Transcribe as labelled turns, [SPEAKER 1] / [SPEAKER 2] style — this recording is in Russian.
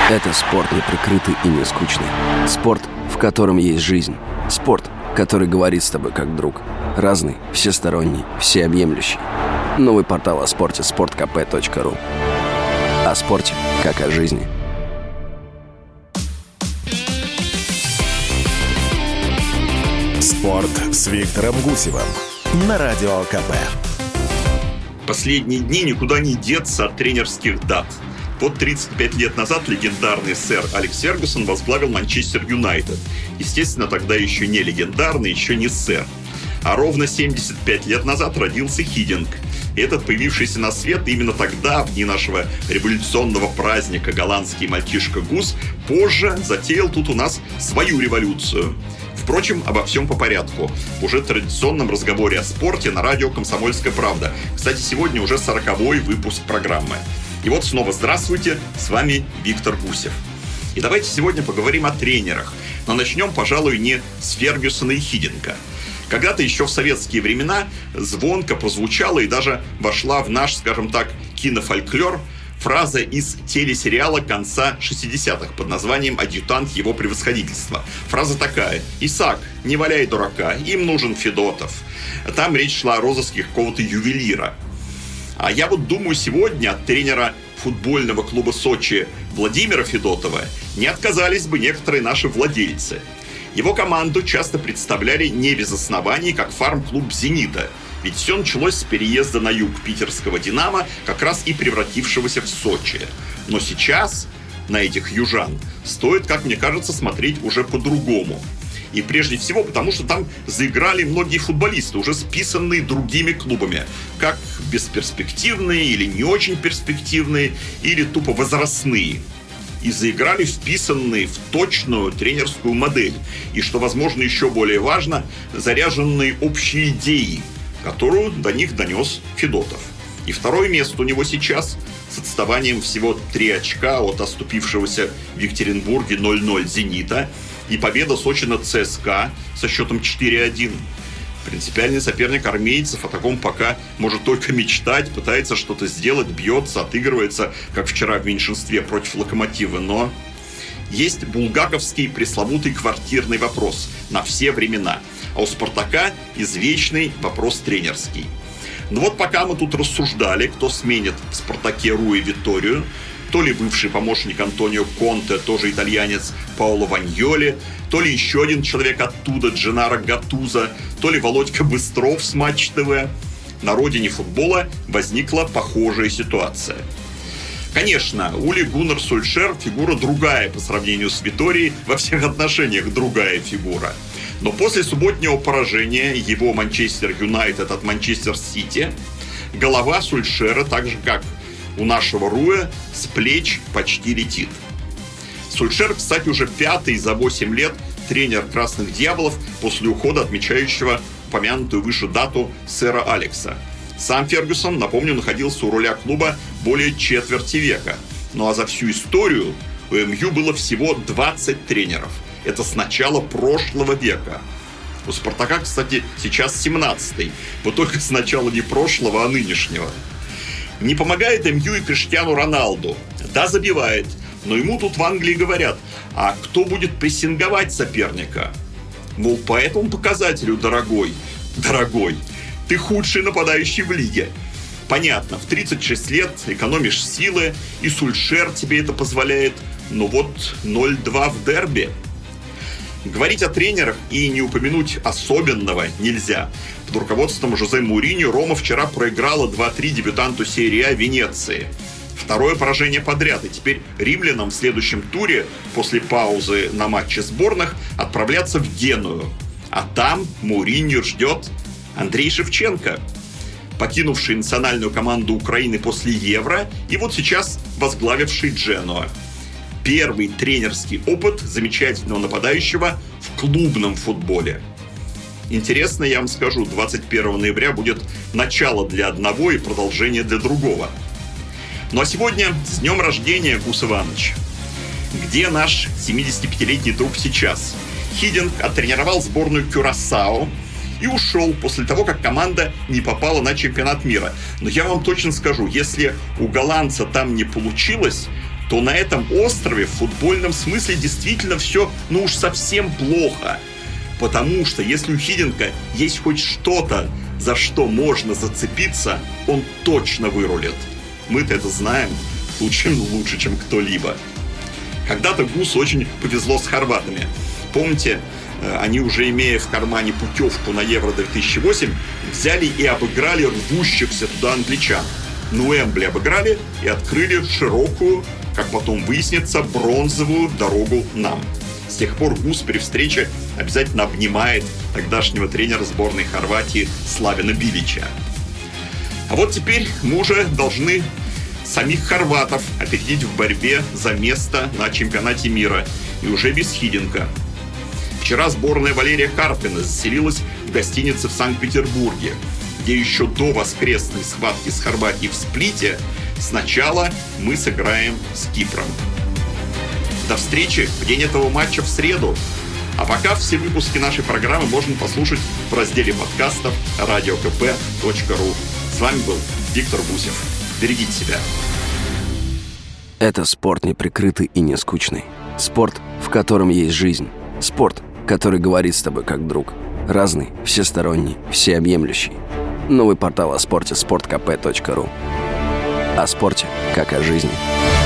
[SPEAKER 1] Это спорт неприкрытый и не скучный. Спорт, в котором есть жизнь. Спорт, который говорит с тобой как друг. Разный, всесторонний, всеобъемлющий. Новый портал о спорте – sportkp.ru. О спорте, как о жизни.
[SPEAKER 2] Спорт с Виктором Гусевым на Радио КП.
[SPEAKER 3] Последние дни никуда не деться от тренерских дат. Вот 35 лет назад легендарный сэр Алекс Фергюсон возглавил Манчестер Юнайтед. Естественно, тогда еще не легендарный, еще не сэр. А ровно 75 лет назад родился Хидинг. И этот, появившийся на свет именно тогда, в дни нашего революционного праздника, голландский мальчишка Гус, позже затеял тут у нас свою революцию. Впрочем, обо всем по порядку. В уже традиционном разговоре о спорте на радио «Комсомольская правда». Кстати, сегодня уже 40-й выпуск программы. И вот снова здравствуйте, с вами Виктор Гусев. И давайте сегодня поговорим о тренерах. Но начнем, пожалуй, не с Фергюсона и Хидинга. Когда-то еще в советские времена звонко прозвучала и даже вошла в наш, скажем так, кинофольклор фраза из телесериала конца 60-х под названием «Адъютант его превосходительства». Фраза такая: «Исаак, не валяй дурака, им нужен Федотов». Там речь шла о розыске какого-то ювелира. А я вот думаю, сегодня от тренера футбольного клуба Сочи Владимира Федотова не отказались бы некоторые наши владельцы. Его команду часто представляли не без оснований как фарм-клуб «Зенита». Ведь все началось с переезда на юг питерского «Динамо», как раз и превратившегося в Сочи. Но сейчас на этих южан стоит, как мне кажется, смотреть уже по-другому. И прежде всего потому, что там заиграли многие футболисты, уже списанные другими клубами, как бесперспективные или не очень перспективные, или тупо возрастные. И заиграли вписанные в точную тренерскую модель. И, что, возможно, еще более важно, заряженные общей идеей, которую до них донес Федотов. И второе место у него сейчас с отставанием всего 3 очка от оступившегося в Екатеринбурге 0-0 «Зенита» и победа Сочи над ЦСКА со счетом 4-1. Принципиальный соперник армейцев о таком пока может только мечтать, пытается что-то сделать, бьется, отыгрывается, как вчера в меньшинстве против «Локомотива». Но есть булгаковский пресловутый квартирный вопрос на все времена. А у «Спартака» извечный вопрос тренерский. Но вот пока мы тут рассуждали, кто сменит в «Спартаке» Руи Виторию, то ли бывший помощник Антонио Конте, тоже итальянец, Паоло Ваньоли, то ли еще один человек оттуда, Дженаро Гаттузо, то ли Володька Быстров с Матч ТВ, на родине футбола возникла похожая ситуация. Конечно, Ули Гуннар Сульшер фигура другая по сравнению с Виторией, во всех отношениях другая фигура. Но после субботнего поражения его Манчестер Юнайтед от Манчестер Сити голова Сульшера, так же как у нашего Руя, с плеч почти летит. Сульшер, кстати, уже 5-й за 8 лет тренер «Красных дьяволов» после ухода отмечающего упомянутую выше дату сэра Алекса. Сам Фергюсон, напомню, находился у руля клуба более четверти века. Ну а за всю историю у МЮ было всего 20 тренеров. Это с начала прошлого века. У «Спартака», кстати, сейчас 17-й. Вот только с начала не прошлого, а нынешнего. Не помогает МЮ и Криштиану Роналду. Да, забивает. Но ему тут в Англии говорят: а кто будет прессинговать соперника? Мол, по этому показателю, дорогой, ты худший нападающий в лиге. Понятно, в 36 лет экономишь силы, и Сульшер тебе это позволяет. Но вот 0-2 в дерби. Говорить о тренерах и не упомянуть особенного нельзя. Под руководством Жозе Мourinho Рома вчера проиграла 2-3 дебютанту серии А Венеции. Второе поражение подряд. И теперь римлянам в следующем туре, после паузы на матче сборных, отправляться в Геную. А там Мourinho ждет Андрей Шевченко, покинувший национальную команду Украины после Евро и вот сейчас возглавивший Дженуа. Первый тренерский опыт замечательного нападающего в клубном футболе. Интересно, я вам скажу, 21 ноября будет начало для одного и продолжение для другого. Ну а сегодня с днем рождения, Гус Иванович. Где наш 75-летний друг сейчас? Хидинг оттренировал сборную Кюрасао и ушел после того, как команда не попала на чемпионат мира. Но я вам точно скажу, если у голландца там не получилось, то на этом острове в футбольном смысле действительно все, уж совсем плохо. Потому что если у Хидинка есть хоть что-то, за что можно зацепиться, он точно вырулит. Мы-то это знаем лучше, чем кто-либо. Когда-то Гусу очень повезло с хорватами. Помните, они, уже имея в кармане путевку на Евро-2008, взяли и обыграли рвущихся туда англичан. На Уэмбли обыграли и открыли широкую, как потом выяснится, бронзовую дорогу нам. С тех пор Гус при встрече обязательно обнимает тогдашнего тренера сборной Хорватии Славена Билича. А вот теперь мы уже должны самих хорватов опередить в борьбе за место на чемпионате мира. И уже без Хидинка. Вчера сборная Валерия Карпина заселилась в гостинице в Санкт-Петербурге, где еще до воскресной схватки с Хорватией в Сплите сначала мы сыграем с Кипром. До встречи в день этого матча в среду. А пока все выпуски нашей программы можно послушать в разделе подкастов radiokp.ru. С вами был Виктор Гусев. Берегите себя.
[SPEAKER 1] Это спорт неприкрытый и не скучный. Спорт, в котором есть жизнь. Спорт, который говорит с тобой как друг. Разный, всесторонний, всеобъемлющий. Новый портал о спорте – sportkp.ru. О спорте, как о жизни.